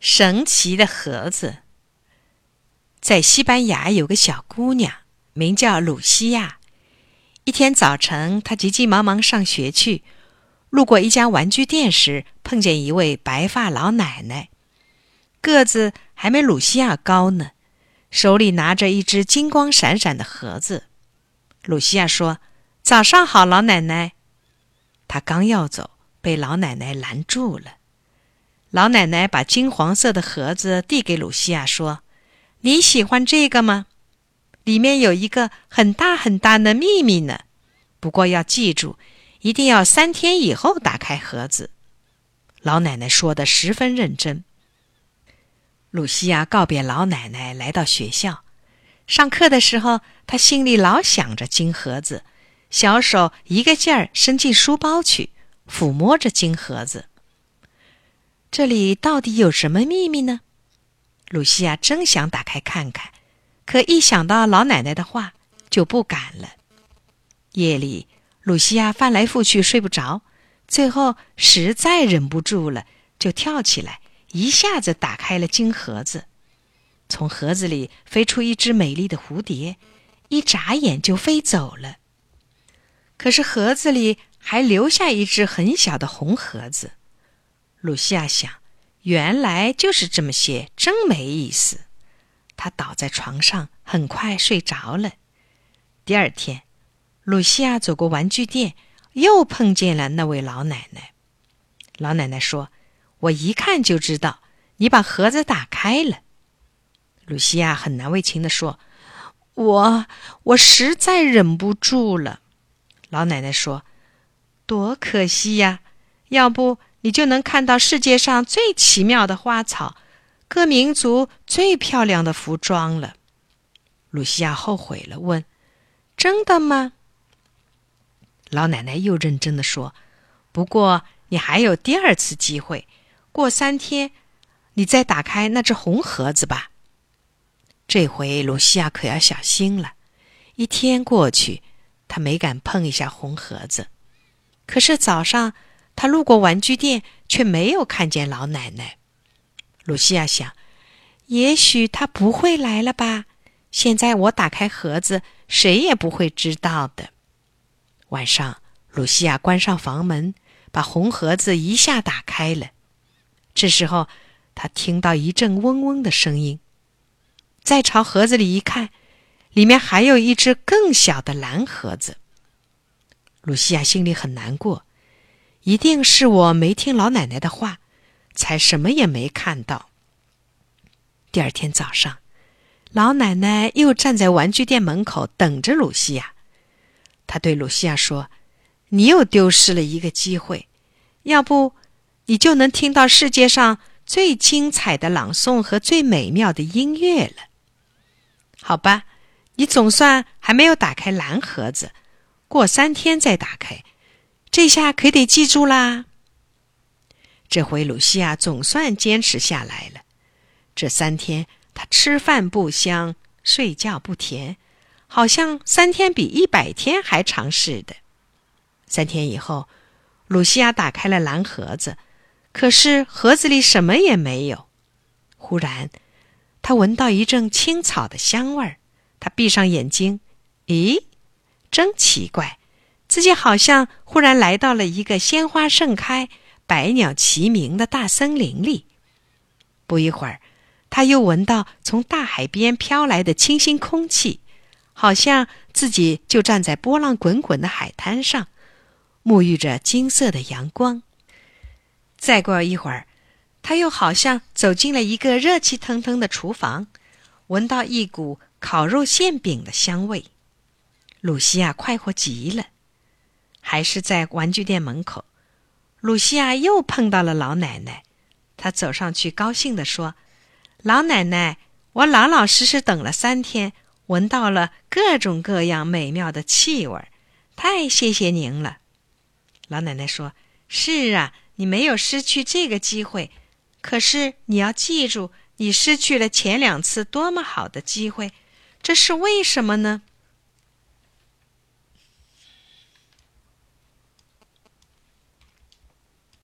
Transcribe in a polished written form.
神奇的盒子。在西班牙有个小姑娘，名叫鲁西亚。一天早晨，她急急忙忙上学去，路过一家玩具店时，碰见一位白发老奶奶，个子还没鲁西亚高呢，手里拿着一只金光闪闪的盒子。鲁西亚说：“早上好，老奶奶。”她刚要走，被老奶奶拦住了。老奶奶把金黄色的盒子递给鲁西亚，说：“你喜欢这个吗？里面有一个很大很大的秘密呢，不过要记住，一定要3天以后打开盒子。”老奶奶说得十分认真。鲁西亚告别老奶奶，来到学校。上课的时候，她心里老想着金盒子，小手一个劲儿伸进书包去，抚摸着金盒子。这里到底有什么秘密呢？鲁西亚真想打开看看，可一想到老奶奶的话，就不敢了。夜里，鲁西亚翻来覆去睡不着，最后实在忍不住了，就跳起来，一下子打开了金盒子。从盒子里飞出一只美丽的蝴蝶，一眨眼就飞走了。可是盒子里还留下一只很小的红盒子。鲁西亚想，原来就是这么些，真没意思。他倒在床上，很快睡着了。第二天，鲁西亚走过玩具店，又碰见了那位老奶奶。老奶奶说：“我一看就知道，你把盒子打开了。”鲁西亚很难为情地说：“我实在忍不住了。”老奶奶说：“多可惜呀，要不你就能看到世界上最奇妙的花草，各民族最漂亮的服装了。”鲁西亚后悔了，问：“真的吗？”老奶奶又认真地说：“不过你还有第二次机会，过3天，你再打开那只红盒子吧。”这回鲁西亚可要小心了。1天过去，她没敢碰一下红盒子。可是早上，她路过玩具店，却没有看见老奶奶。鲁西亚想，也许她不会来了吧？现在我打开盒子，谁也不会知道的。晚上，鲁西亚关上房门，把红盒子一下打开了。这时候，她听到一阵嗡嗡的声音。再朝盒子里一看，里面还有一只更小的蓝盒子。鲁西亚心里很难过，一定是我没听老奶奶的话，才什么也没看到。第二天早上，老奶奶又站在玩具店门口等着鲁西亚。她对鲁西亚说：“你又丢失了一个机会，要不你就能听到世界上最精彩的朗诵和最美妙的音乐了。好吧，你总算还没有打开蓝盒子，过3天再打开，这下可得记住啦。”这回鲁西亚总算坚持下来了。这3天，她吃饭不香，睡觉不甜，好像3天比100天还长似的。3天以后，鲁西亚打开了蓝盒子，可是盒子里什么也没有。忽然，他闻到一阵青草的香味儿，他闭上眼睛，咦，真奇怪，自己好像忽然来到了一个鲜花盛开、百鸟齐鸣的大森林里。不一会儿，他又闻到从大海边飘来的清新空气，好像自己就站在波浪滚滚的海滩上，沐浴着金色的阳光。再过一会儿，他又好像走进了一个热气腾腾的厨房，闻到一股烤肉馅饼的香味。鲁西亚快活极了。还是在玩具店门口，鲁西亚又碰到了老奶奶。她走上去高兴地说：“老奶奶，我老老实实等了3天，闻到了各种各样美妙的气味，太谢谢您了。”老奶奶说：“是啊，你没有失去这个机会，可是你要记住，你失去了前2次多么好的机会，这是为什么呢？”